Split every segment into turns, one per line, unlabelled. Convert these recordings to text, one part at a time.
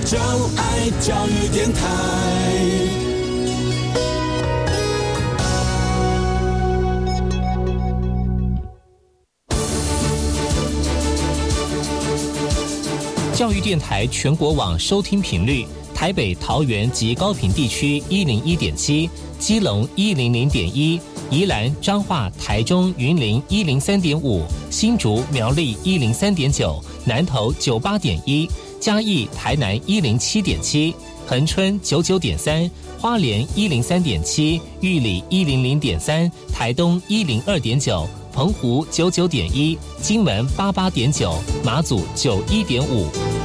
就爱教育电台。
教育电台全国网收听频率：台北、桃园及高屏地区101.7，基隆100.1，宜兰、彰化、台中、云林103.5，新竹、苗栗103.9，南投98.1，嘉义、台南107.7，恒春99.3，花莲103.7，玉里100.3，台东102.9。澎湖99.1，金门88.9，马祖91.5。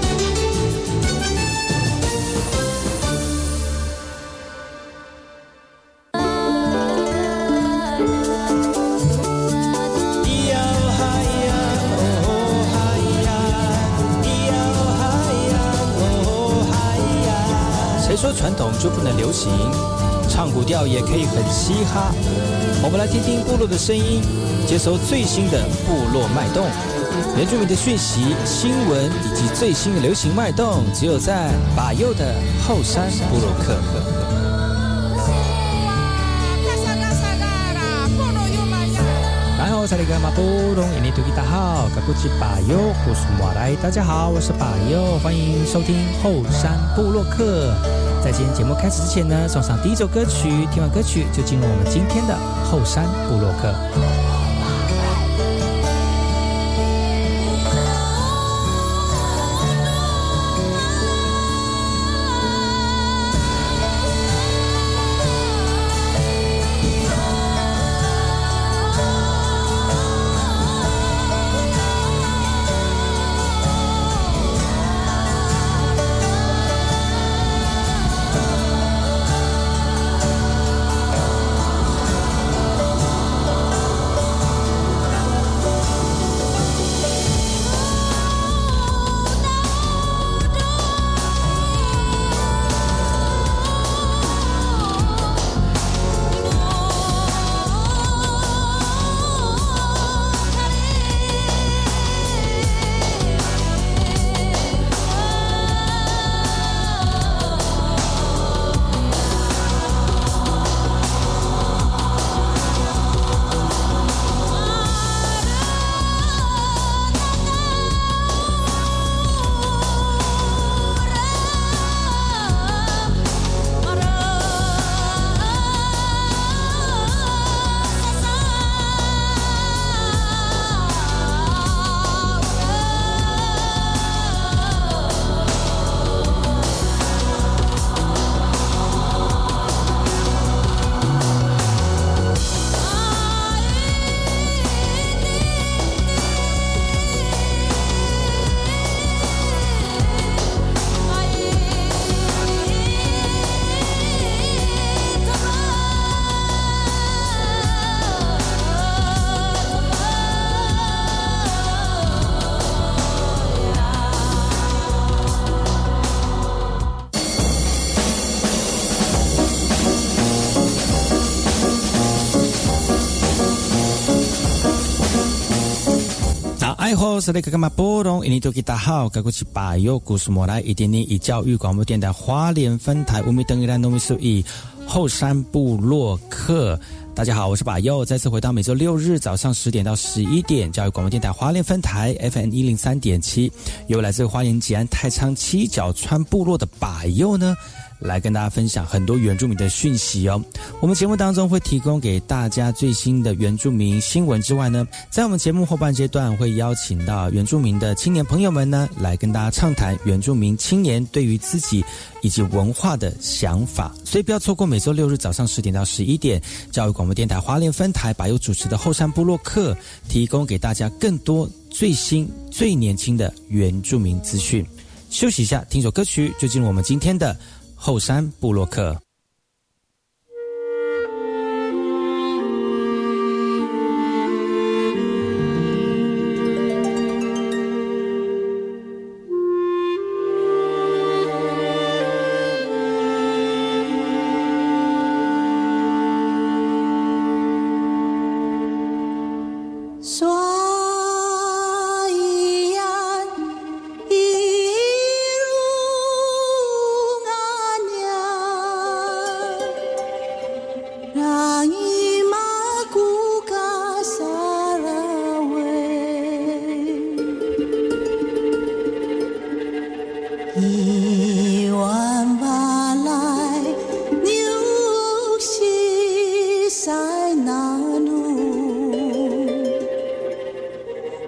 谁说传统就不能流行？唱古调也可以很嘻哈。我们来听听部落的声音，接收最新的部落脉动、原住民的讯息、新闻以及最新的流行脉动，只有在把右的后山部落客。然后萨利格马布隆印尼土著大号，嘎古吉巴右古苏马来，大家好，我是巴右，欢迎收听后山部落客。在今天节目开始之前呢，送上第一首歌曲，听完歌曲就进入我们今天的后山部落客。爱好是那个干嘛波动？印尼多吉大号，该过去把右古苏莫来1.0以教育广播电台花莲分台乌米登伊兰农米苏以后山部落客。大家好，我是把右，再次回到每周6日早上10点到11点，教育广播电台花莲分台 FM 103.7，由来自花莲吉安太仓七角川部落的把右呢，来跟大家分享很多原住民的讯息哦。我们节目当中会提供给大家最新的原住民新闻之外呢，在我们节目后半阶段会邀请到原住民的青年朋友们呢，来跟大家畅谈原住民青年对于自己以及文化的想法。所以不要错过每周6日早上10点到11点，教育广播电台花莲分台把由主持的后山部落客，提供给大家更多最新最年轻的原住民资讯。休息一下，听首歌曲，就进入我们今天的后山部落客。
Soyan iru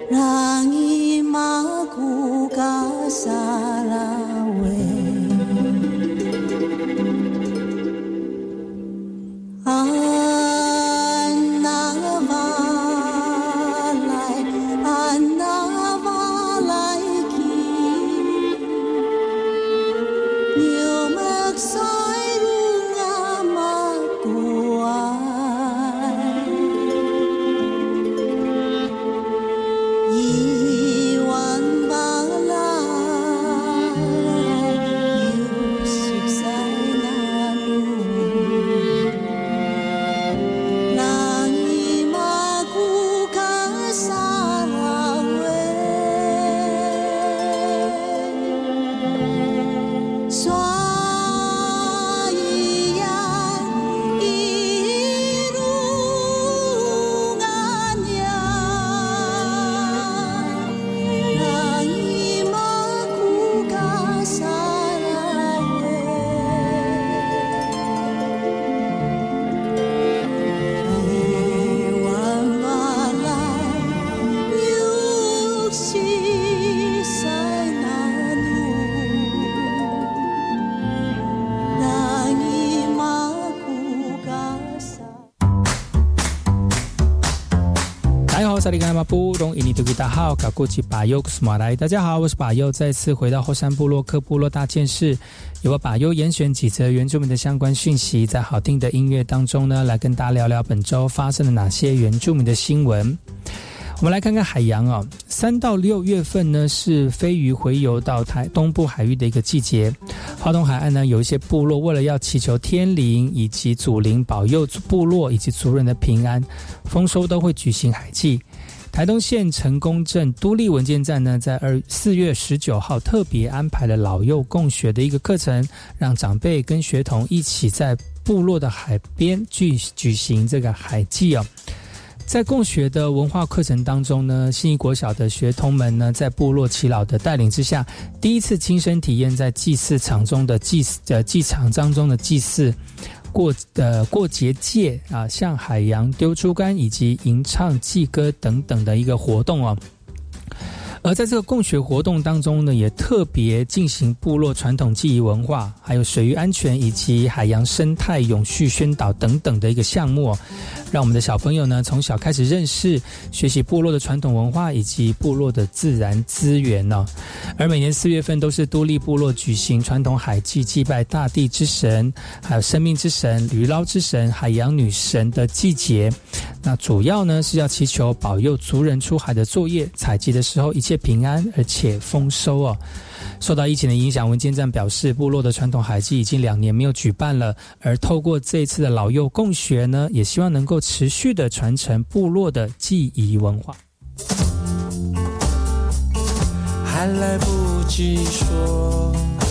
大家好，我是巴佑，再次回到后山部落克部落大件事，由我巴佑严选几则原住民的相关讯息，在好听的音乐当中呢，来跟大家聊聊本周发生了哪些原住民的新闻。我们来看看海洋哦，3到6月份呢是飞鱼洄游到东部海域的一个季节。花东海岸呢有一些部落为了要祈求天灵以及祖灵保佑部落以及族人的平安，丰收都会举行海祭。台东县成功镇都立文件站呢，在4月19号特别安排了老幼共学的一个课程，让长辈跟学童一起在部落的海边举行这个海祭哦。在共学的文化课程当中呢，信义国小的学童们呢，在部落耆老的带领之下，第一次亲身体验在祭祀场中的祭场当中的祭祀过节界啊，向海洋丢猪竿以及吟唱祭歌等等的一个活动哦。而在这个共学活动当中呢，也特别进行部落传统技艺文化，还有水域安全以及海洋生态永续宣导等等的一个项目哦，让我们的小朋友呢从小开始认识、学习部落的传统文化以及部落的自然资源哦。而每年4月份都是都立部落举行传统海祭，祭拜大地之神、还有生命之神、渔捞之神、海洋女神的季节。那主要呢是要祈求保佑族人出海的作业、采集的时候一切平安而且丰收哦。受到疫情的影响，文件站表示部落的传统海祭已经2年没有举办了，而透过这一次的老幼共学呢，也希望能够持续的传承部落的祭仪文化。
还来不及说，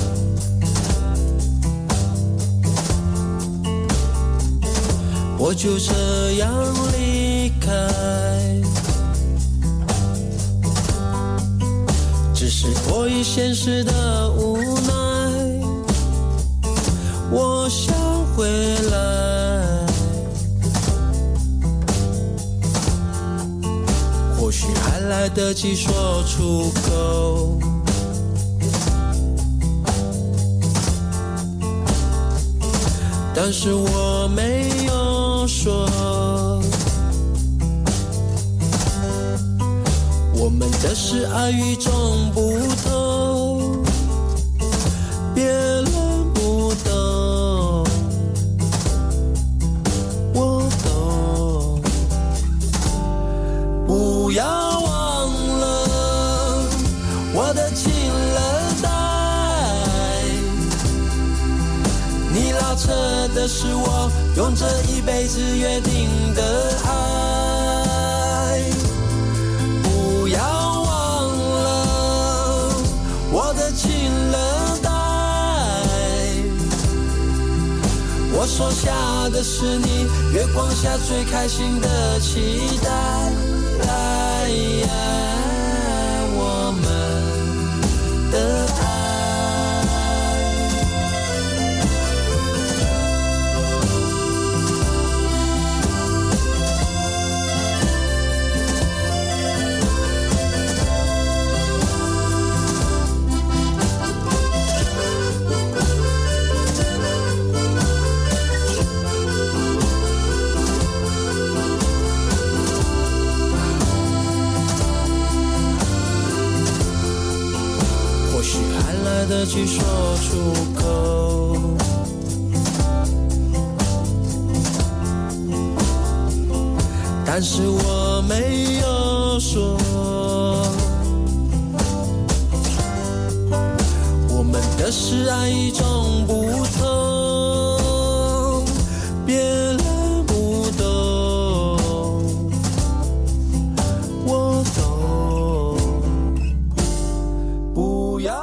我就这样离开，只是迫于现实的无奈，我想回来，或许还来得及说出口，但是我没有说，我们的是爱与众不同，别人不懂，我懂。不要忘了我的情人带，你拉扯的是我用这一辈子约定的爱。不要忘了我的情人带，我收下的是你月光下最开心的期待。我们的爱。 快的去说出口。但是我没有说，我们的是爱与众不同，别人不懂，我懂，不要。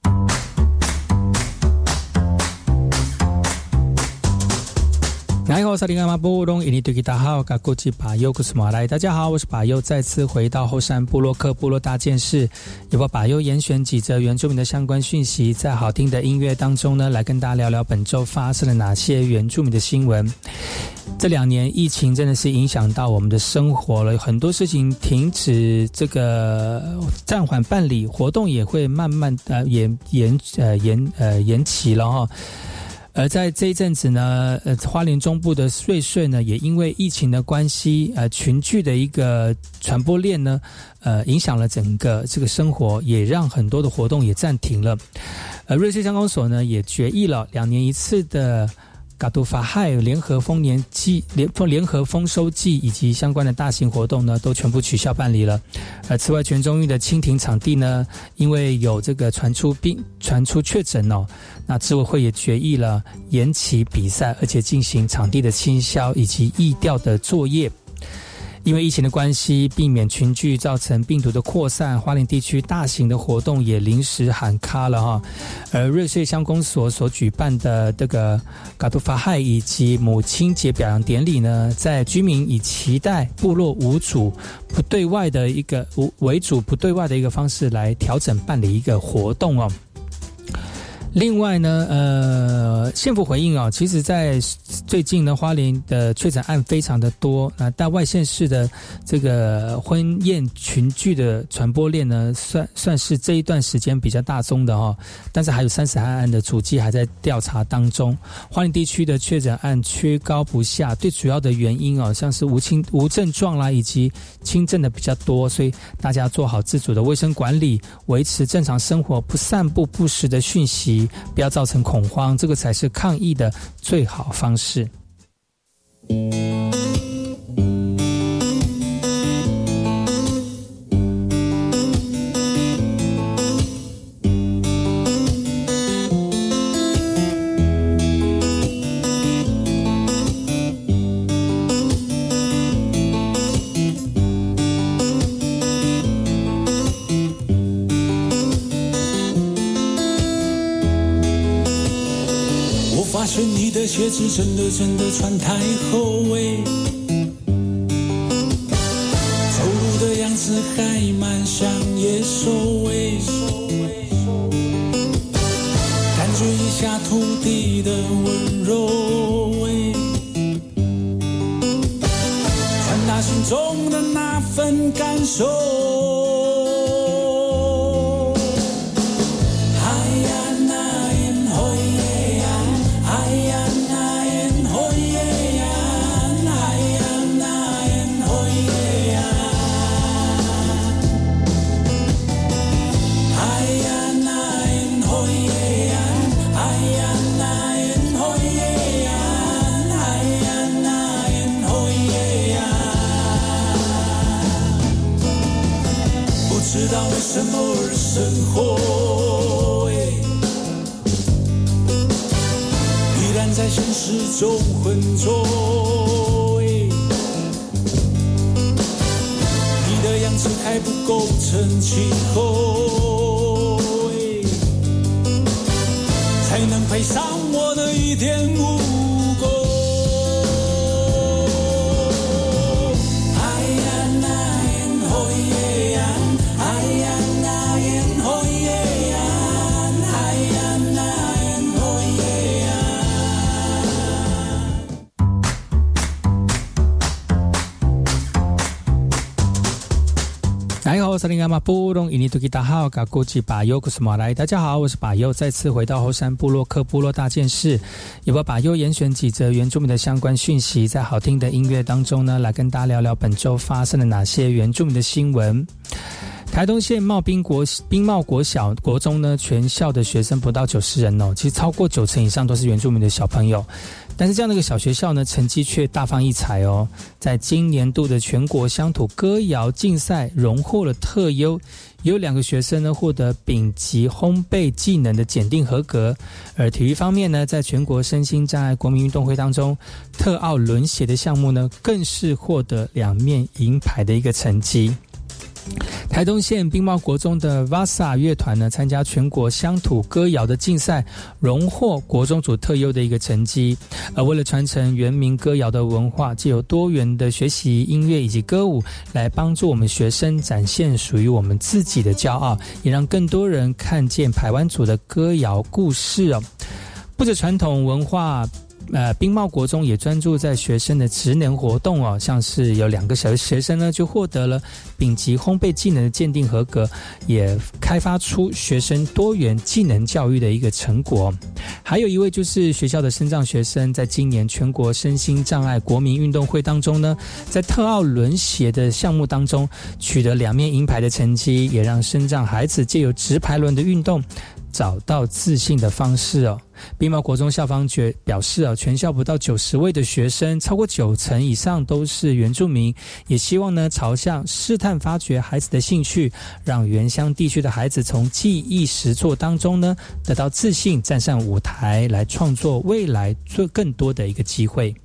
大家好，我是把佑，再次回到后山部落客部落大件事，也把佑严选几则原住民的相关讯息，在好听的音乐当中呢，来跟大家聊聊本周发生了哪些原住民的新闻。这2年疫情真的是影响到我们的生活了，很多事情停止这个暂缓办理，活动也会慢慢延期了哈。而在这一阵子呢，花莲中部的瑞穗呢，也因为疫情的关系，群聚的一个传播链呢，影响了整个这个生活，也让很多的活动也暂停了。瑞穗乡公所呢，也决议了2年1次的嘎杜法亥联合丰年祭、联合丰收季以及相关的大型活动呢，都全部取消办理了。此外，全中运的蜻蜓场地呢，因为有这个传出确诊哦，那执委会也决议了延期比赛，而且进行场地的清消以及疫调的作业。因为疫情的关系，避免群聚造成病毒的扩散，花莲地区大型的活动也临时喊卡了哈。而瑞穗乡公所所举办的这个嘎杜法亥以及母亲节表扬典礼呢，在居民以期待部落无主不对外的一个为主不对外的一个方式来调整办理一个活动哦。另外呢，县府回应哦，其实在最近呢，花莲的确诊案非常的多，但外县市的这个婚宴群聚的传播链呢，算是这一段时间比较大宗的哦，但是还有32案的主计还在调查当中。花莲地区的确诊案缺高不下，最主要的原因哦，像是无症状啦，以及轻症的比较多，所以大家做好自主的卫生管理，维持正常生活，不散布不实的讯息，不要造成恐慌，这个才是抗疫的最好方式。
发现你的鞋子真的穿太厚欸，走路的样子还蛮像野兽欸，感觉一下土地的温柔欸，传达心中的那份感受。不知道为什么而生活依然在现实中浑浊你的样子还不构成气候才能配上我的一点无功。
大家好，我是把佑，再次回到后山部落客部落大件事，也把佑严选几则原住民的相关讯息，在好听的音乐当中呢，来跟大家聊聊本周发生了哪些原住民的新闻。 台东县冰茂国小国中呢，全校的学生不到90人哦，其实超过90%以上都是原住民的小朋友。但是这样的一个小学校呢，成绩却大放异彩哦。在今年度的全国乡土歌谣竞赛荣获了特优，有2个学生呢获得丙级烘焙技能的检定合格。而体育方面呢，在全国身心障碍国民运动会当中，特奥轮协的项目呢，更是获得2面银牌的一个成绩。台东县冰茂国中的 Vasa 乐团呢，参加全国乡土歌谣的竞赛，荣获国中组特优的一个成绩。而为了传承原民歌谣的文化，藉由多元的学习音乐以及歌舞，来帮助我们学生展现属于我们自己的骄傲，也让更多人看见排湾族的歌谣故事哦。不止传统文化，冰茂国中也专注在学生的职能活动哦，像是有2个小学生呢就获得了丙级烘焙技能的鉴定合格，也开发出学生多元技能教育的一个成果。还有一位就是学校的身障学生，在今年全国身心障碍国民运动会当中呢，在特奥轮协的项目当中取得2面银牌的成绩，也让身障孩子借由直排轮的运动找到自信的方式哦。冰茂国中校方表示哦，全校不到90位的学生，超过90%以上都是原住民，也希望呢朝向试探发掘孩子的兴趣，让原乡地区的孩子从记忆实作当中呢得到自信，站上舞台来创作未来做更多的一个机会。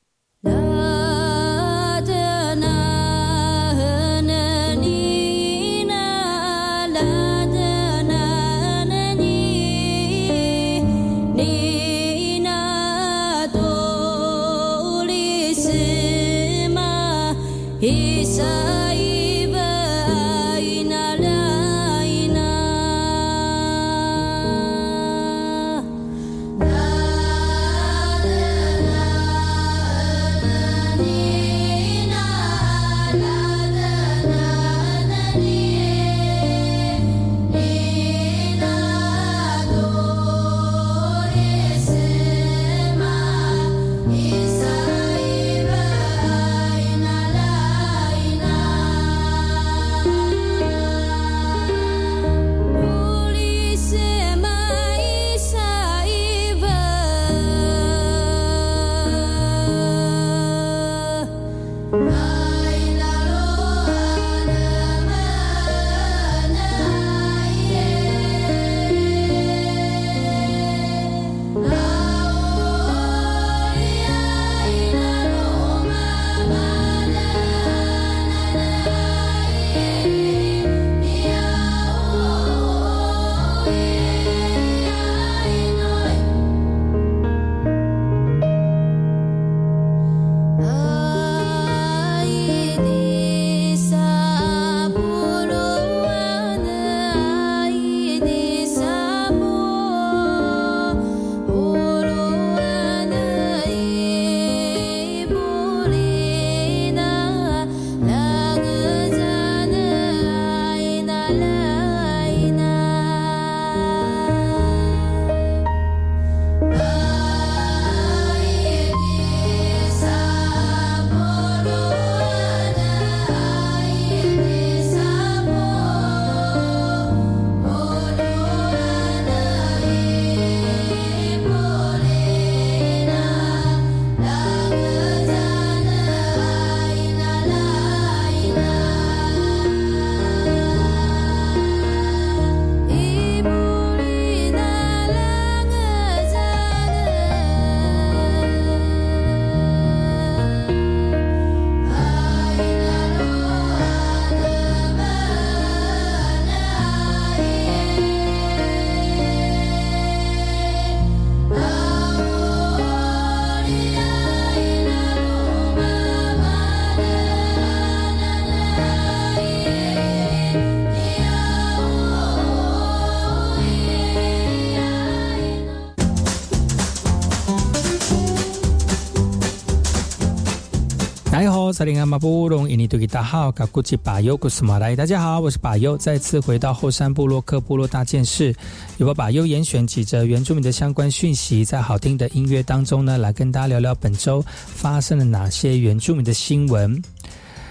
大家好，我是巴优，再次回到后山部落客部落大件事，由巴优严选几则原住民的相关讯息，在好听的音乐当中呢，来跟大家聊聊本周发生了哪些原住民的新闻。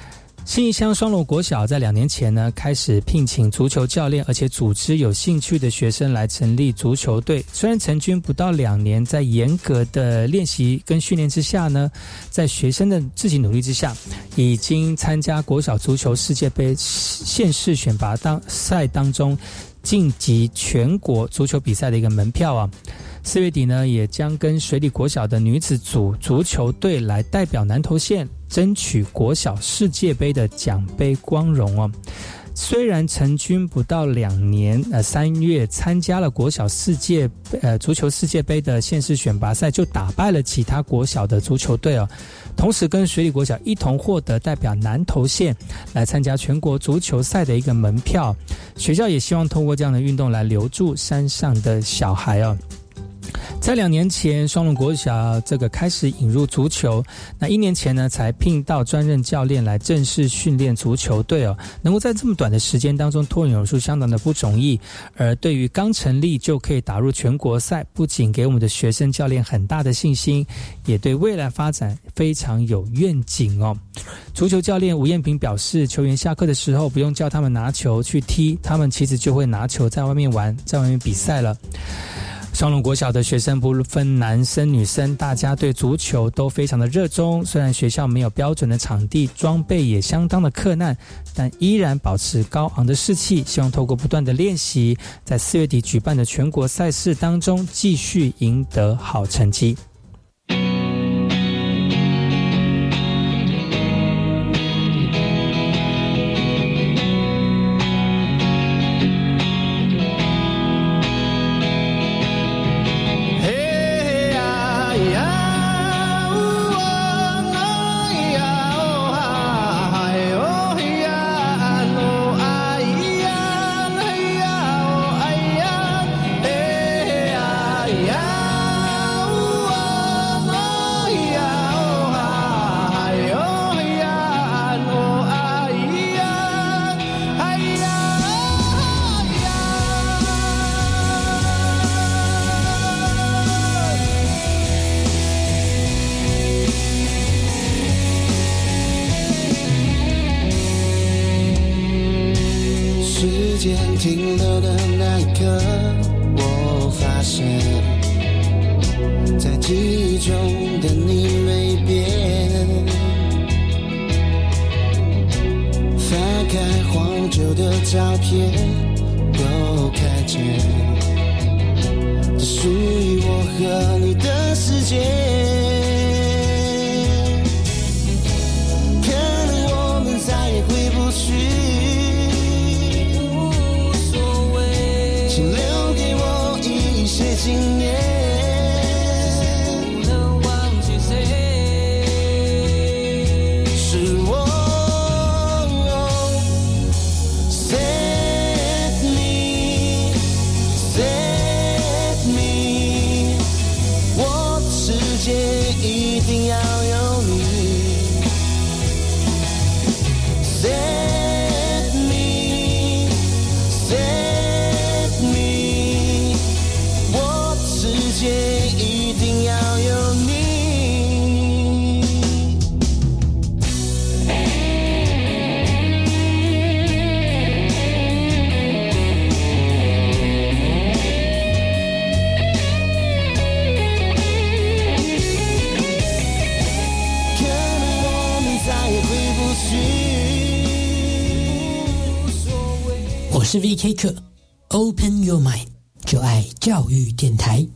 信义乡双龙国小在2年前呢，开始聘请足球教练，而且组织有兴趣的学生来成立足球队。虽然成军不到2年，在严格的练习跟训练之下呢，在学生的自己努力之下，已经参加国小足球世界杯县市选拔赛当中晋级全国足球比赛的一个门票啊。4月底呢，也将跟水里国小的女子组足球队来代表南投县争取国小世界杯的奖杯光荣哦。虽然成军不到2年，3月参加了国小足球世界杯的县市选拔赛，就打败了其他国小的足球队哦。同时跟水里国小一同获得代表南投县来参加全国足球赛的一个门票。学校也希望透过这样的运动来留住山上的小孩哦。在2年前，双龙国小这个开始引入足球，那1年前呢，才聘到专任教练来正式训练足球队哦。能够在这么短的时间当中脱颖而出，相当的不容易。而对于刚成立就可以打入全国赛，不仅给我们的学生教练很大的信心，也对未来发展非常有愿景哦。足球教练吴彦平表示，球员下课的时候不用叫他们拿球去踢，他们其实就会拿球在外面玩，在外面比赛了。双龙国小的学生不分男生女生，大家对足球都非常的热衷。虽然学校没有标准的场地，装备也相当的困难，但依然保持高昂的士气，希望透过不断的练习，在4月底举办的全国赛事当中继续赢得好成绩。
停留的那一刻，我发现在记忆中的你没变。翻开黄旧的照片，又看见这属于我和你的世界。可能我们再也回不去，今年不能忘记谁，是我 Set me Set me， 我的世界一定要有你。 Set me Set me，世界一定要有你。可能我们再也回不去。
我是 VK 客 ，Open Your Mind， 就爱教育电台。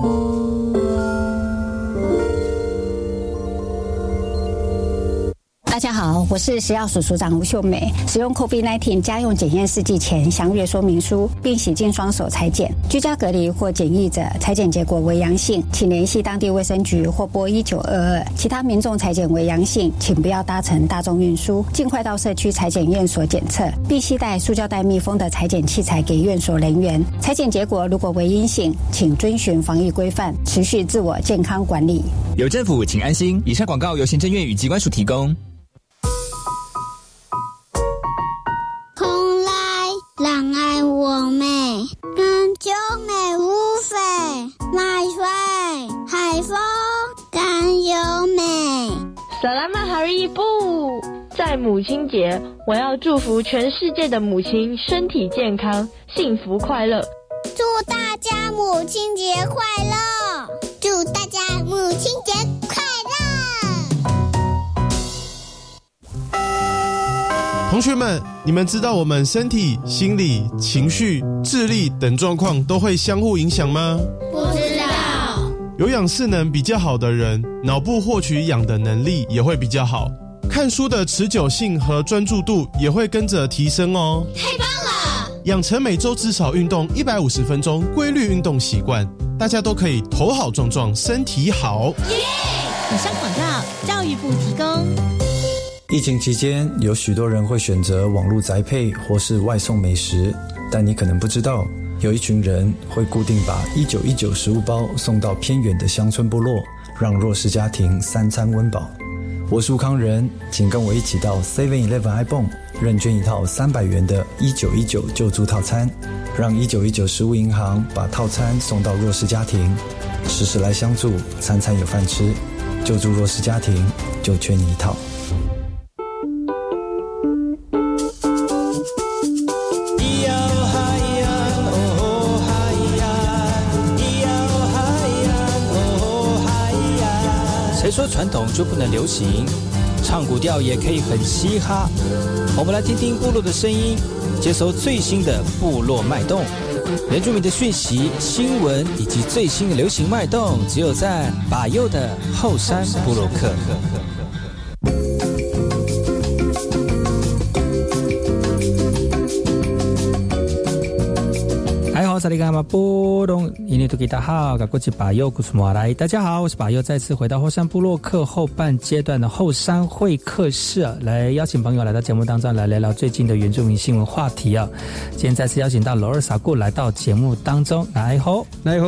大大家好，我是食药署署长吴秀美。使用 COVID-19 家用检验试剂前，详阅说明书，并洗净双手采检。居家隔离或检疫者，采检结果为阳性，请联系当地卫生局或拨1922。其他民众采检为阳性，请不要搭乘大众运输，尽快到社区采检院所检测，并携带塑胶袋密封的采检器材给院所人员。采检结果如果为阴性，请遵循防疫规范，持续自我健康管理。
有政府，请安心。以上广告由行政院与机关署提供。
空來人愛我美，人就美無非，買水海風更優美。
薩拉曼哈利布，在母亲节，我要祝福全世界的母亲身体健康、幸福快乐。
祝大家母亲节快乐！祝大家母亲节快乐！
同学们，你们知道我们身体、心理、情绪、智力等状况都会相互影响吗？
不知道。
有氧势能比较好的人，脑部获取氧的能力也会比较好，看书的持久性和专注度也会跟着提升哦。
太棒了！
养成每周至少运动150分钟规律运动习惯，大家都可以头好壮壮，身体好。
以上广告，教育部提供。
疫情期间，有许多人会选择网络宅配或是外送美食，但你可能不知道，有一群人会固定把1919食物包送到偏远的乡村部落，让弱势家庭3餐温饱。我是吴康仁，请跟我一起到 7-Eleven iPhone 认捐一套300元的1919救助套餐，让1919食物银行把套餐送到弱势家庭，时时来相助，餐餐有饭吃，救助弱势家庭，就缺你一套。
谁说传统就不能流行？唱古调也可以很嘻哈。我们来听听部落的声音，接收最新的部落脉动、原住民的讯息、新闻以及最新的流行脉动，只有在把右的后山部落客。大家好，我是把右，再次回到后山部落客后半阶段的后山会客室来邀请朋友来到节目当中来聊聊最近的原住民新闻话题啊。今天再次邀请到罗尔萨固来到节目当中，来好，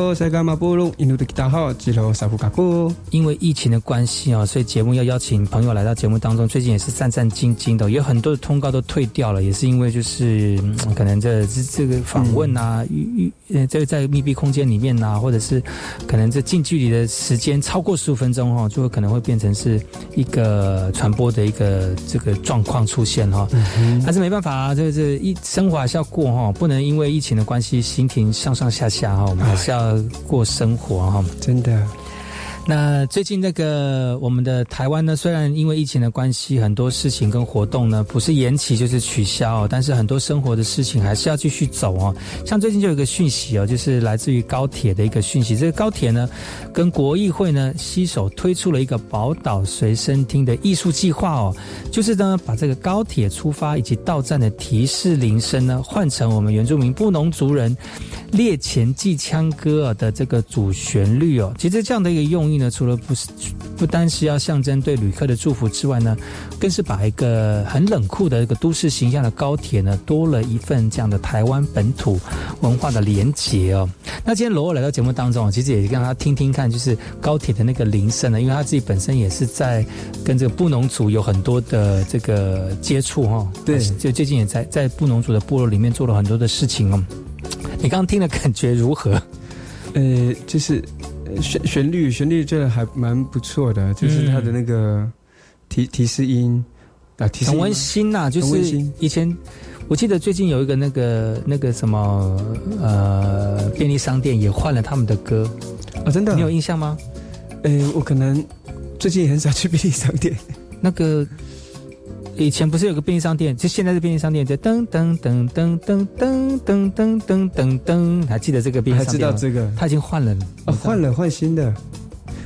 因为疫情的关系啊，所以节目要邀请朋友来到节目当中，最近也是战战兢兢的，有很多的通告都退掉了，也是因为就是可能这个访问啊。这个在密闭空间里面啊，或者是可能这近距离的时间超过15分钟就会可能会变成是一个传播的一个这个状况出现但是没办法啊，这生活还是要过不能因为疫情的关系心情上上下下我们还是要过生活
真的。
那最近这个我们的台湾呢，虽然因为疫情的关系，很多事情跟活动呢不是延期就是取消但是很多生活的事情还是要继续走像最近就有一个讯息就是来自于高铁的一个讯息，这个高铁呢跟国议会呢携手推出了一个宝岛随身听的艺术计划就是呢把这个高铁出发以及到站的提示铃声呢换成我们原住民布农族人猎前祭枪歌的这个主旋律其实这样的一个用意呢，除了不单是要象征对旅客的祝福之外呢，更是把一个很冷酷的一个都市形象的高铁呢，多了一份这样的台湾本土文化的连结那今天罗尔来到节目当中，其实也让他听听看，就是高铁的那个铃声呢，因为他自己本身也是在跟这个布农族有很多的这个接触
对，
就最近也在布农族的部落里面做了很多的事情你刚刚听的感觉如何？
就是旋律觉得还蛮不错的，就是它的那个提示音
很温馨就是以前我记得最近有一个那个什么便利商店也换了他们的歌
真的？
你有印象吗？
我可能最近也很少去便利商店。
那个以前不是有个便利商店，就现在的便利商店就噔噔噔噔噔噔噔噔噔噔噔，还记得这个便利商店吗？
还知道这个？
他已经换了
换新的。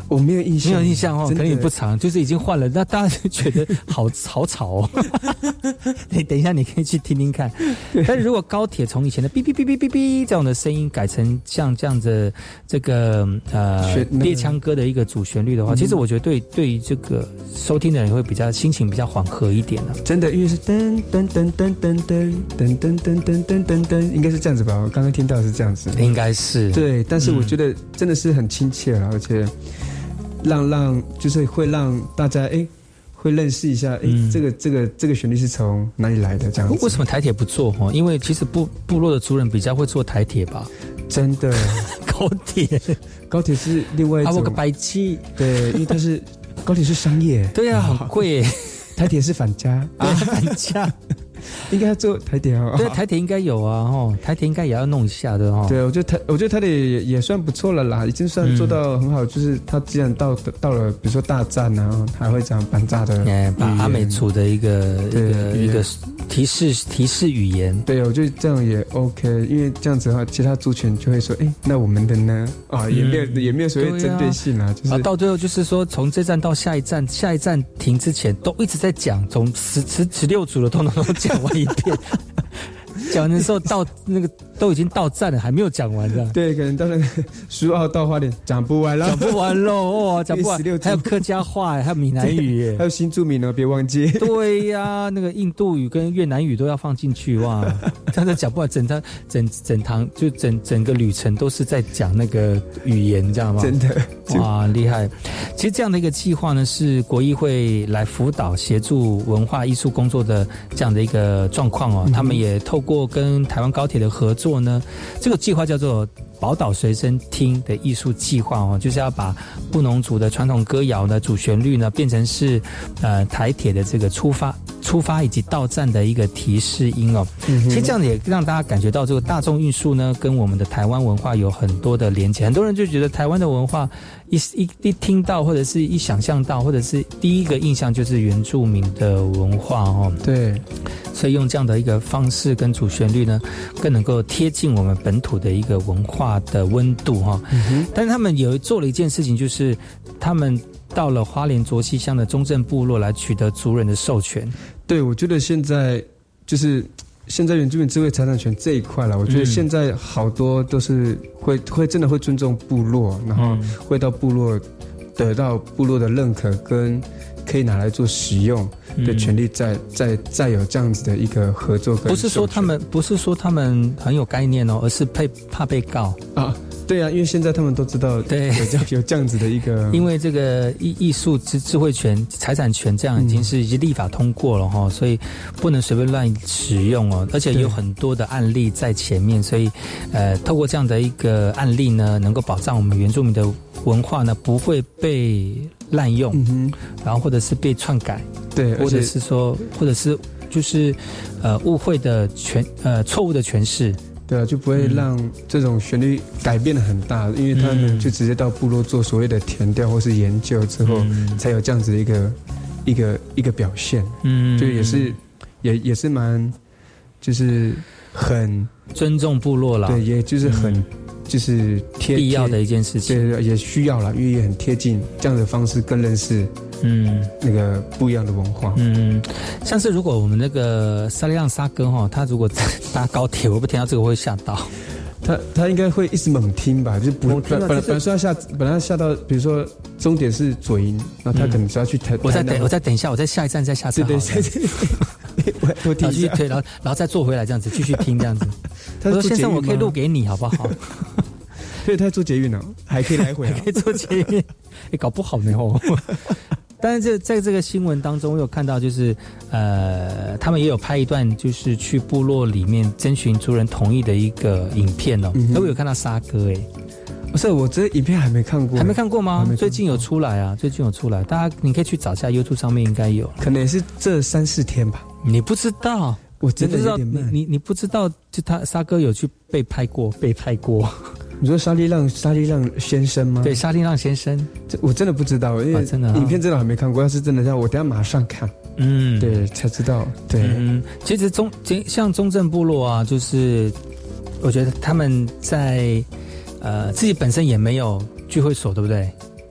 我没有印象，
没有印象哦，可能也不长，就是已经换了，那大家就觉得好吵哦。你等一下，你可以去听听看。但是如果高铁从以前的哔哔哔哔哔哔这样的声音改成像这样的这个猎枪歌的一个主旋律的话，其实我觉得对于这个收听的人会比较心情比较缓和一点了。
真的，因为是噔噔噔噔噔噔噔噔噔噔噔噔噔，应该是这样子吧？我刚刚听到的是这样子，
应该是
对。但是我觉得真的是很亲切了，而且让就是会让大家会认识一下，这个旋律是从哪里来的这样子。
为什么台铁不做？因为其实部落的族人比较会坐台铁吧。
真的，高铁是另外一种。
我个白痴。
对，因为它是高铁是商业。
对啊，很贵耶。
台铁是返家。
对，返家。
应该要做台铁啊，
对，台铁应该有啊，台铁应该也要弄一下的哈。
对，我觉得台铁也算不错了啦，已经算做到很好。就是他既然到了，比如说大站啊，还会讲板炸的，
把阿美族的一个提示语言。
对，我觉得这样也 OK， 因为这样子的话，其他族群就会说，那我们的呢？也没有所谓针对性啊，就是
到最后就是说，从这站到下一站停之前，都一直在讲，从16组的通通都讲完一遍。讲完的时候到那个都已经到站了，还没有讲完的。
对，可能到那个15号到花莲讲不完了，
哇，讲不完。还有客家话，还有闽南语，
还有新住民呢，别忘记。
对呀，那个印度语跟越南语都要放进去哇，这样子讲不完，整堂就整个旅程都是在讲那个语言，知道吗？
真的，
哇，厉害！其实这样的一个计划呢，是国艺会来辅导协助文化艺术工作的这样的一个状况哦。他们也透过跟台湾高铁的合作呢，这个计划叫做宝岛随身听的艺术计划哦，就是要把布农族的传统歌谣呢主旋律呢变成是台铁的这个出发以及到站的一个提示音哦。其实这样也让大家感觉到这个大众运输呢跟我们的台湾文化有很多的连结。很多人就觉得台湾的文化一听到或者是一想象到或者是第一个印象就是原住民的文化哦。
对，
所以用这样的一个方式跟主旋律呢更能够贴近我们本土的一个文化的温度哈。但是他们做了一件事情，就是他们到了花莲卓溪乡的中正部落来取得族人的授权。
对，我觉得现在原住民智慧财产权这一块了，我觉得现在好多都是会真的会尊重部落，然后会到部落得到部落的认可跟可以拿来做使用的权利，再有这样子的一一个合作跟。不是说
他们很有概念哦，而是怕被告
啊。对啊，因为现在他们都知道有这样子的一个，
因为这个艺术智慧权、财产权这样已经立法通过了哈，所以不能随便乱使用哦，而且有很多的案例在前面，所以透过这样的一个案例呢，能够保障我们原住民的文化呢不会被滥用，然后或者是被篡改，
对，
或者是就是误会的错误的诠释。
对啊，就不会让这种旋律改变得很大，因为他们就直接到部落做所谓的填调或是研究之后，才有这样子的一个表现。就也是蛮就是很
尊重部落啦，
对，也就是很就是
必要的一件事情，
对，也需要啦，因为也很贴近这样的方式，更认识那个不一样的文化。
像是如果我们那个沙利浪沙哥哈，他如果搭高铁，我不听到这个会吓到。
他应该会一直猛听吧，就本来要下到，比如说终点是左营，然后他可能只要去台。我
再等一下，我在下一站再下车。对，我继续推，然后再坐回来这样子，继续听这样子。他说：“先生，我可以录给你好不好？”
对，他坐捷运呢，还可以来回，
可以坐捷运，搞不好呢哦。但是在这个新闻当中，我有看到，就是他们也有拍一段，就是去部落里面征询族人同意的一个影片哦。我有看到沙哥
不是，我这影片还没看过。
还没看过吗？最近有出来啊，大家你可以去找一下 YouTube 上面应该有，
可能也是这3-4天吧。
你不知道，
我真的有点
慢。你不知道，就他沙哥有去被拍过。
你说沙利浪先生吗？
对，沙利浪先生，
我真的不知道，因为真的影片真的还没看过。要是真的这样，我等一下马上看。对，才知道。对，
其实像中正部落啊，就是我觉得他们在自己本身也没有聚会所，对不对？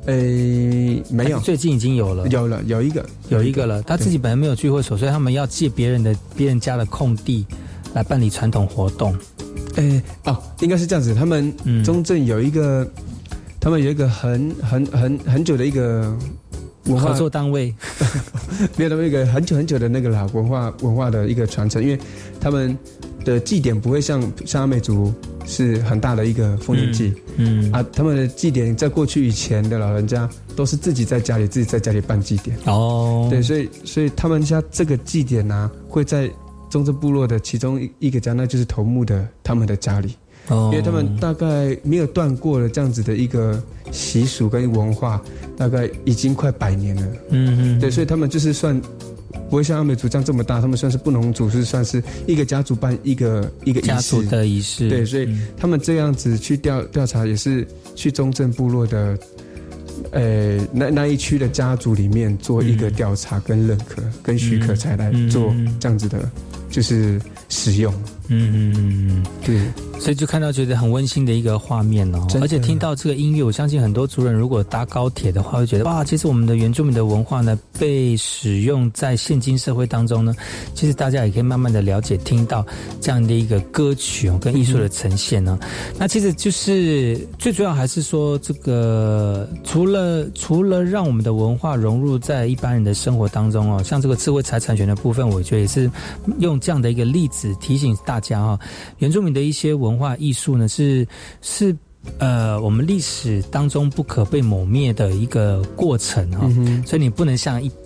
没有，
最近已经有了，
有一个了。
他自己本来没有聚会所，所以他们要借别人家的空地来办理传统活动。
应该是这样子。他们中正有一个，他们有一个很久的一个文化
合作单位，
没有他们一个很久的那个啦文化的一个传承，因为他们的祭典不会像阿美族是很大的一个丰年祭，他们的祭典在过去以前的老人家都是自己在家里办祭典对，所以他们家这个祭典啊会在中正部落的其中一个家，那就是头目的他们的家里。因为他们大概没有断过了这样子的一个习俗跟文化，大概已经快100年了。对，所以他们就是算不会像阿美族这样这么大，他们算是布农族，是算是一个家族办一个
家族的仪式。
对，所以他们这样子去调查，也是去中正部落的那一区的家族里面做一个调查跟认可跟许可，才来做这样子的，就是使用。对，
所以就看到觉得很温馨的一个画面哦，而且听到这个音乐，我相信很多族人如果搭高铁的话，会觉得哇，其实我们的原住民的文化呢，被使用在现今社会当中呢，其实大家也可以慢慢的了解，听到这样的一个歌曲哦，跟艺术的呈现呢。那其实就是最主要还是说，这个除了让我们的文化融入在一般人的生活当中哦，像这个智慧财产权的部分，我觉得也是用这样的一个例子提醒大家啊，原住民的一些文化艺术呢，是我们历史当中不可被抹灭的一个过程啊，所以你不能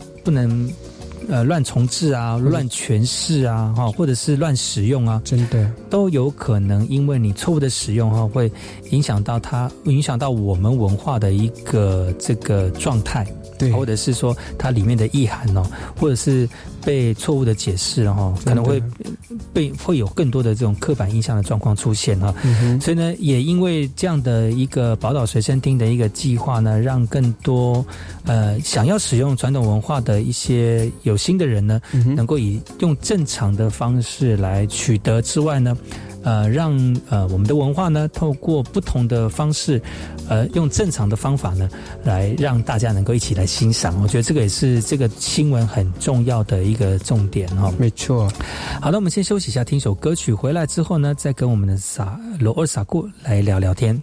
乱重置啊，乱诠释啊，或者是乱使用啊，
真的
都有可能因为你错误的使用会影响到我们文化的一个这个状态。对，或者是说它里面的意涵哦，或者是被错误的解释哦，可能会有更多的这种刻板印象的状况出现哈。所以呢，也因为这样的一个宝岛随身听的一个计划呢，让更多想要使用传统文化的一些有心的人呢，能够用正常的方式来取得之外呢，让我们的文化呢，透过不同的方式，用正常的方法呢，来让大家能够一起来欣赏。我觉得这个也是这个新闻很重要的一个重点哈。
没错。
好的，我们先休息一下，听首歌曲，回来之后呢，再跟我们的罗尔萨固来聊聊天。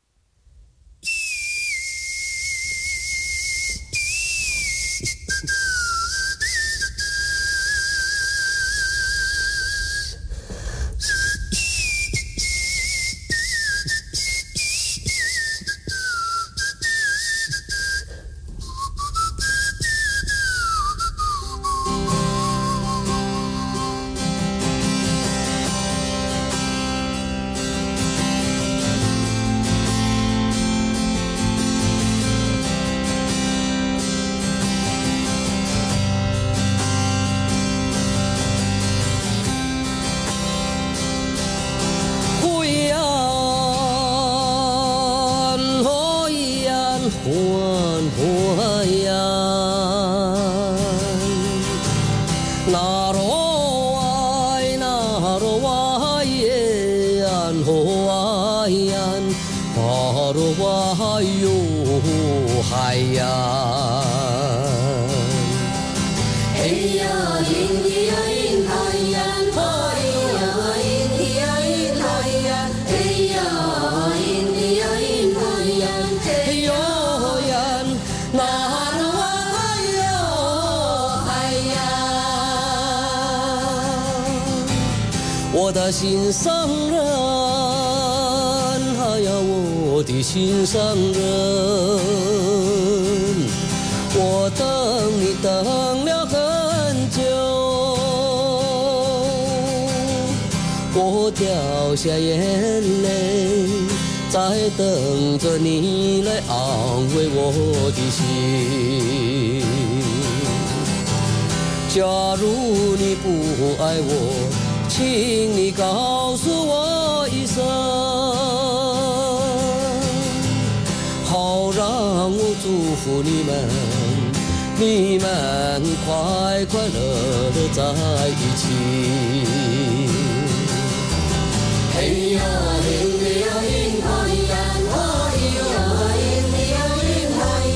我的心上人，哎呀，我的心上人，我等你等了很久，我掉下眼泪，在等着你来安慰我的心。假如你不爱我，请你告诉我一声，好让我祝福你们快快乐乐在一起。嘿呀，嘿呀，嘿呀，嘿呀，嘿呀，嘿呀，嘿呀。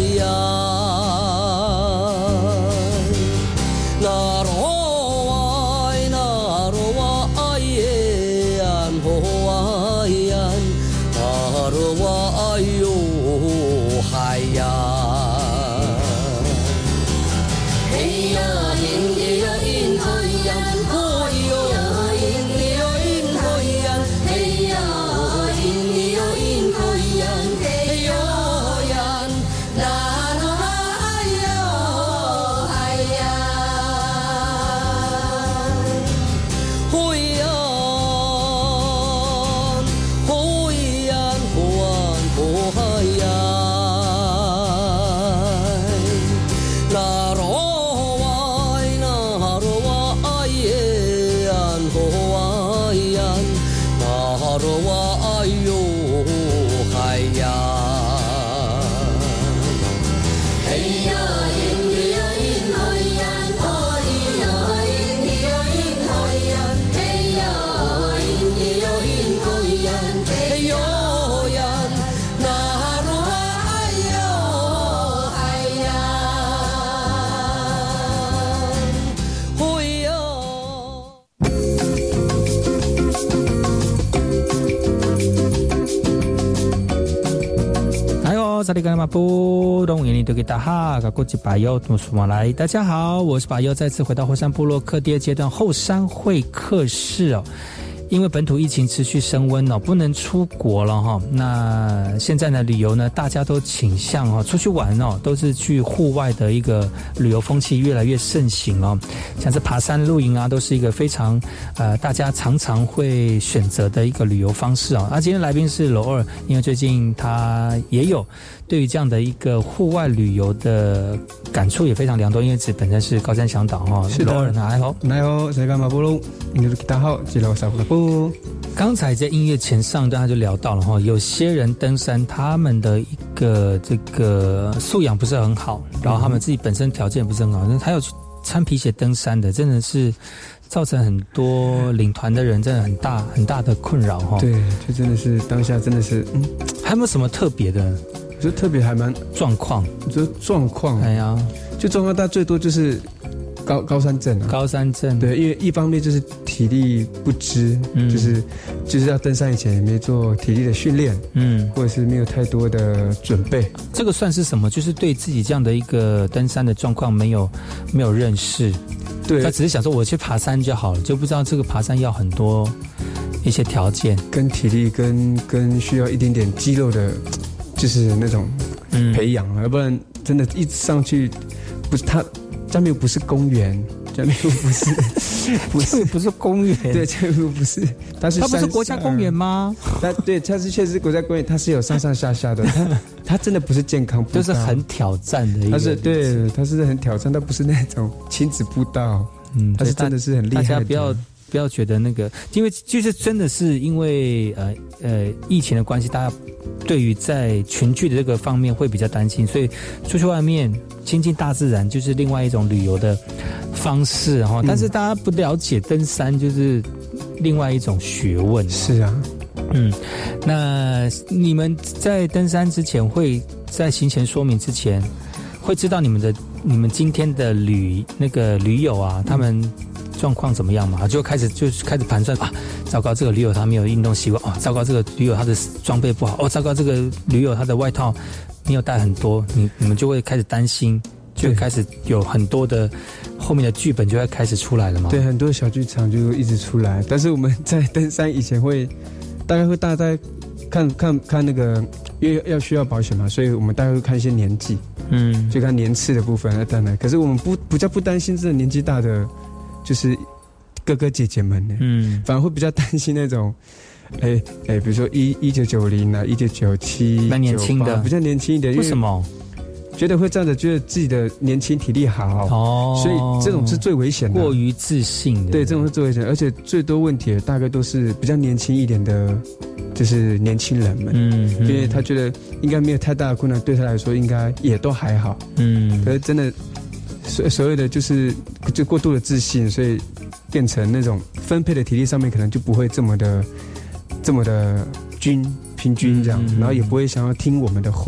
萨利格马布隆印尼多吉达哈嘎古吉巴尤努苏马来，大家好，我是巴尤，再次回到后山部落客第二阶段后山会客室哦。因为本土疫情持续升温哦，不能出国了哈。那现在呢，旅游呢，大家都倾向哦出去玩哦，都是去户外的一个旅游风气越来越盛行哦。像是爬山、露营啊，都是一个非常大家常常会选择的一个旅游方式哦。今天来宾是罗二，因为最近他也有对于这样的一个户外旅游的感触也非常良多，因为本身是高山向导哈。
是的，
罗二来好，
来好，塞嘎马布隆，印度吉达好，吉罗萨布布。
刚才在音乐前上段他就聊到了哈，有些人登山他们的一个这个素养不是很好，然后他们自己本身条件不是很好，还有去穿皮鞋登山的，真的是造成很多领团的人真的很大的困扰哈。
对，就真的是当下真的是
还有没有什么特别的？
我觉得特别还蛮
状况，
我觉得状况，
哎呀，
就状况大最多就是高山症啊，
高山症，
对，因为一方面就是体力不支，就是要登山以前也没做体力的训练，或者是没有太多的准备。
这个算是什么？就是对自己这样的一个登山的状况没有认识，对，他只是想说我去爬山就好了，就不知道这个爬山要很多一些条件，跟
体力跟需要一点点肌肉的，就是那种培养，要不然真的一直上去，不是他。嘉明湖不是公园，嘉明湖不是公园，对，嘉明湖不是，它不是国家公园吗？对，它是确实是国家公园，它是有上上下下的，它真的不是健康步道，
就是很挑战的一个，
它是很挑战，它不是那种亲子步道，它是真的是很厉害的。
大家不要觉得那个，因为就是真的是因为疫情的关系，大家对于在群聚的这个方面会比较担心，所以出去外面亲近大自然就是另外一种旅游的方式哈。但是大家不了解登山就是另外一种学问。
是啊，
那你们在登山之前，会在行前说明之前，会知道你们今天的驴友啊，他们状况怎么样嘛？就开始盘算啊，糟糕，这个驴友他没有运动习惯哦，糟糕，这个驴友他的装备不好哦，糟糕，这个驴友他的外套没有带很多，你们就会开始担心，就会开始有很多的后面的剧本就会开始出来了嘛。
对，很多小剧场就一直出来。但是我们在登山以前大概看那个，因为需要保险嘛，所以我们大概会看一些年纪，就看年次的部分当然。可是我们比较不担心这年纪大的。就是哥哥姐姐们呢，反而会比较担心那种，比如说1990啊，1997，
蛮年轻的，
比较年轻一点。
为什么？
觉得会这样子，觉得自己的年轻体力好哦，所以这种是最危险的，
过于自信的。
对，这种是最危险的，而且最多问题的大概都是比较年轻一点的，就是年轻人们，因为他觉得应该没有太大的困难，对他来说应该也都还好，可是真的。所谓的就过度的自信，所以变成那种分配的体力上面可能就不会这么的平均这样，然后也不会想要听我们的话，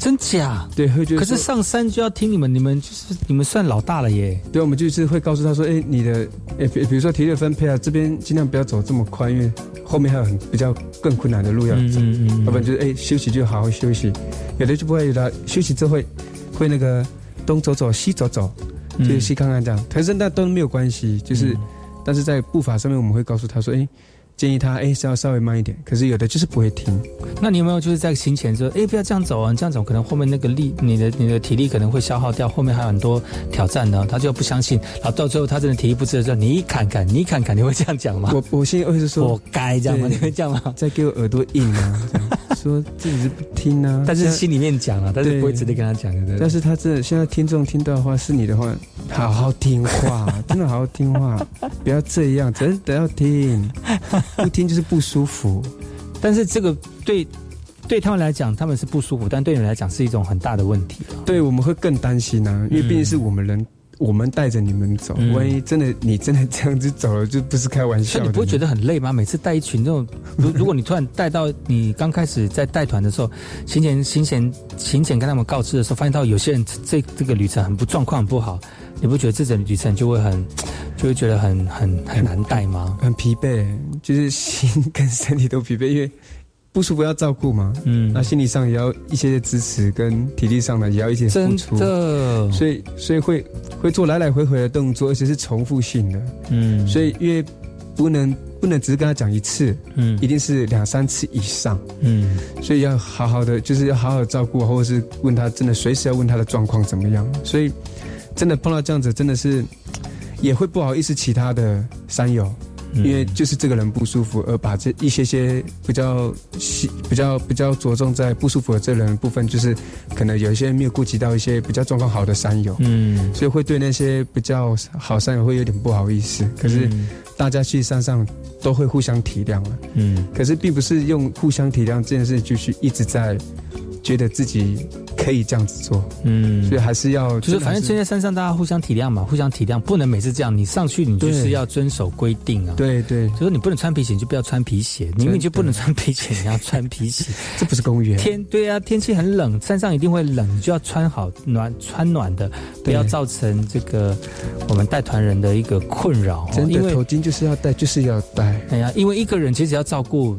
真假？
对，会觉得。
可是上山就要听你们就是你们算老大了耶。
对，我们就是会告诉他说，你的比如说体力分配啊，这边尽量不要走这么快，因为后面还有比较更困难的路要走，要不然就是休息就好好休息。有的就不会，有的休息之后会那个东走走西走走，就是西看看这样。可是那都没有关系，就是，但是在步伐上面我们会告诉他说，建议他是要稍微慢一点，可是有的就是不会听。
那你有没有就是在行前说，不要这样走啊，你这样走可能后面那个你的体力可能会消耗掉，后面还有很多挑战呢，他就不相信，然后到最后他真的体力不支的时候，你看看，你会这样讲吗？
我心里会是说，
活该这样吗？你会这样吗？
再给我耳朵硬啊，这样说自己是不听啊，
但是心里面讲啊，但是不会直接跟他讲的。
但是他真的现在听众听到的话是你的话，好好听话，真的好好听话，不要这样，真的要听。不听就是不舒服，
但是这个对他们来讲，他们是不舒服，但对你来讲是一种很大的问题。
对，我们会更担心啊，因为毕竟是我们带着你们走，万一你真的这样子走了，就不是开玩笑的。
你不会觉得很累吗？每次带一群这种，如果你突然带到你刚开始在带团的时候，行前跟他们告知的时候，发现到有些人这个旅程状况很不好，你不觉得这整旅程就会觉得很难带吗？
很疲惫，就是心跟身体都疲惫，因为不舒服要照顾嘛，那心理上也要一些支持，跟体力上的也要一些付出，
真的，
所以会做来来回回的动作，而且是重复性的，所以因为不能只是跟他讲一次，一定是2-3次以上，所以要好好的，就是要好好的照顾，或者是问他，真的随时要问他的状况怎么样，所以真的碰到这样子，真的是也会不好意思其他的山友。因为就是这个人不舒服，而把这一些比较着重在不舒服的这人的部分，就是可能有一些没有顾及到一些比较状况好的山友，所以会对那些比较好山友会有点不好意思。可是大家去山上都会互相体谅了，可是并不是用互相体谅这件事就是一直在觉得自己可以这样子做，所以还是要
就是反正现在山上大家互相体谅嘛，互相体谅，不能每次这样，你上去你就是要遵守规定啊，
对，
就是你不能穿皮鞋你就不要穿皮鞋，你明明就不能穿皮鞋你要穿皮鞋，
这不是公园。
对啊，天气很冷，山上一定会冷，你就要穿好穿暖的，不要造成这个我们带团人的一个困扰。
真的，头巾就是要戴，就是要戴。
哎呀，因为一个人其实要照顾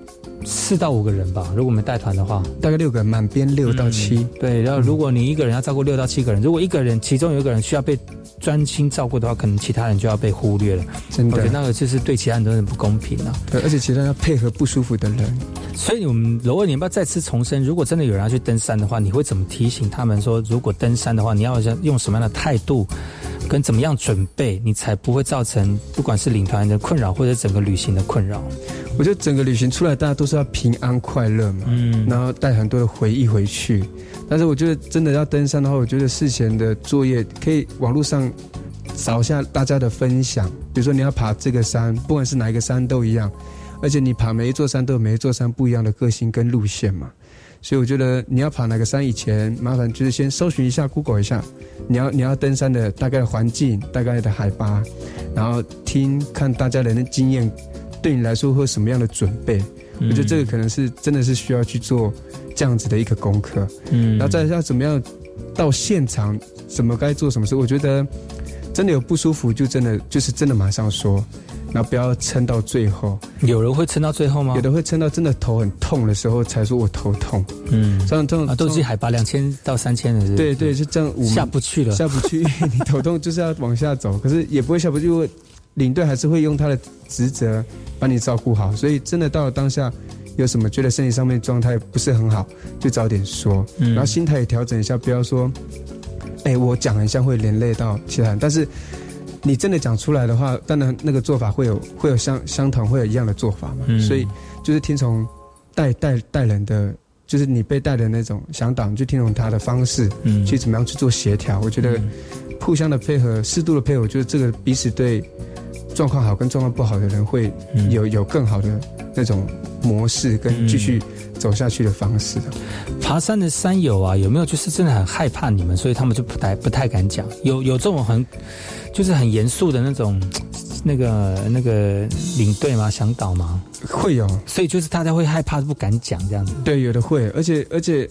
4到5个人吧，如果我们带团的话，
大概6个，满编6到7。
对，然后如果你一个人要照顾6到7个人，如果一个人其中有一个人需要被专心照顾的话，可能其他人就要被忽略了。
真的，
我觉得那个就是对其他人都很不公平啊。
对，而且其他人要配合不舒服的人。
所以我们柔二，你要不要再次重申，如果真的有人要去登山的话，你会怎么提醒他们说，如果登山的话，你要用什么样的态度？跟怎么样准备，你才不会造成不管是领团的困扰，或者整个旅行的困扰？
我觉得整个旅行出来，大家都是要平安快乐嘛，然后带很多的回忆回去。但是我觉得真的要登山的话，我觉得事前的作业可以网络上找一下大家的分享，比如说你要爬这个山，不管是哪一个山都一样，而且你爬每一座山都有每一座山不一样的个性跟路线嘛。所以我觉得你要爬哪个山以前，麻烦就是先搜寻一下 Google 一下你要登山的大概的环境，大概的海拔，然后听看大家人的经验，对你来说会有什么样的准备。我觉得这个可能是真的是需要去做这样子的一个功课，然后再要怎么样到现场，怎么该做什么事。我觉得真的有不舒服就真的马上说，然后不要撑到最后。
有人会撑到最后吗？
有的会撑到真的头很痛的时候才说我头痛。这样
都是海拔2000到3000的是不是？
对，就这样
下不去了，
下不去，你头痛就是要往下走，可是也不会下不去，领队还是会用他的职责把你照顾好。所以真的到了当下，有什么觉得身体上面状态不是很好，就早点说，然后心态也调整一下，不要说，我讲很像会连累到其他人，但是你真的讲出来的话，当然那个做法会有相同，会有一样的做法嘛。所以就是听从带人的，就是你被带的那种向导，你就听从他的方式，去怎么样去做协调。我觉得互相的配合，适度的配合，我觉得这个彼此对状况好跟状况不好的人会有更好的那种模式跟继续走下去的方式的。
爬山的山友啊，有没有就是真的很害怕你们，所以他们就不太敢讲？有这种就是很严肃的那种那个领队吗？向导吗？
会有，
所以就是大家会害怕不敢讲这样子。
对，有的会，而且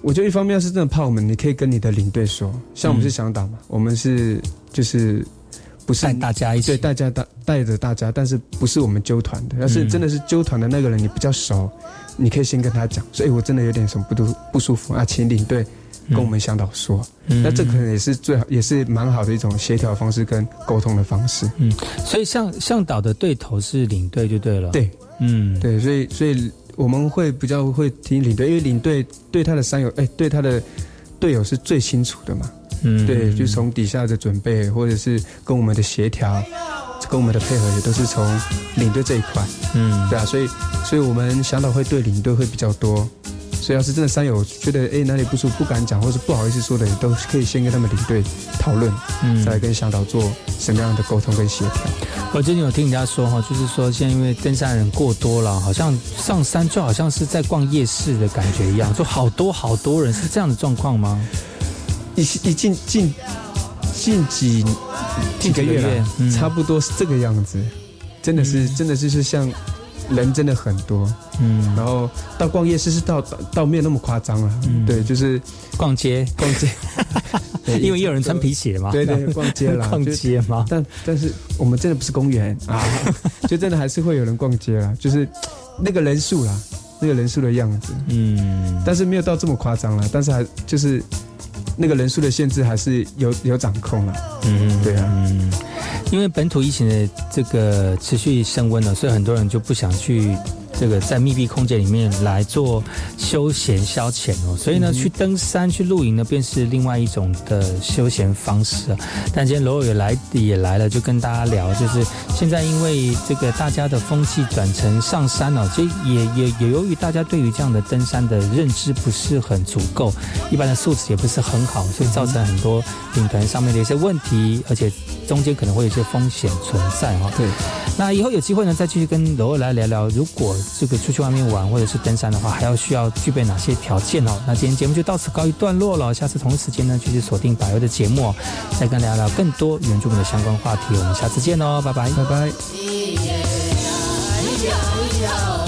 我觉得一方面是真的怕我们，你可以跟你的领队说，像我们是向导嘛，我们是就是不是
带大家一起，
对，带着大家，但是不是我们揪团的。要是真的是揪团的那个人，你比较熟，你可以先跟他讲，说，我真的有点什么不舒服啊，请领队跟我们向导说。那这可能也是最好，也是蛮好的一种协调方式跟沟通的方式。
所以向导的对头是领队就对了。
对，对，所以我们会比较会听领队，因为领队对他的山友，对他的队友是最清楚的嘛。对，就从底下的准备，或者是跟我们的协调，跟我们的配合，也都是从领队这一块。对啊，所以我们向导会对领队会比较多。所以要是真的山友觉得哪里不舒服不敢讲，或是不好意思说的，也都可以先跟他们领队讨论，再跟向导做什么样的沟通跟协调。
我最近有听人家说就是说现在因为登山人过多了，好像上山就好像是在逛夜市的感觉一样，就好多人，是这样的状况吗？近几个月了，差不多是这个样子，真的是像人真的很多，然后到逛夜市是到没有那么夸张了，对，就是逛街，因为也有人穿皮鞋嘛，
对，逛街啦，
逛街嘛，
但是我们真的不是公园啊，就真的还是会有人逛街啦，就是那个人数啦，那个人数的样子，但是没有到这么夸张啦，但是还就是那个人数的限制还是有掌控啦，对啊，
因为本土疫情的这个持续升温了，所以很多人就不想去这个在密闭空间里面来做休闲消遣哦，所以呢，去登山去露营呢，便是另外一种的休闲方式啊。但今天罗尔也来了，就跟大家聊，就是现在因为这个大家的风气转成上山哦，所以也由于大家对于这样的登山的认知不是很足够，一般的素质也不是很好，所以造成很多领团上面的一些问题，而且中间可能会有一些风险存在哈。
对，
那以后有机会呢，再继续跟罗尔来聊聊，如果这个出去外面玩或者是登山的话，还需要具备哪些条件哦？那今天节目就到此告一段落了，下次同一时间呢，继续锁定百优的节目哦，再跟大家聊更多原住民的相关话题。我们下次见哦，拜拜，
拜拜。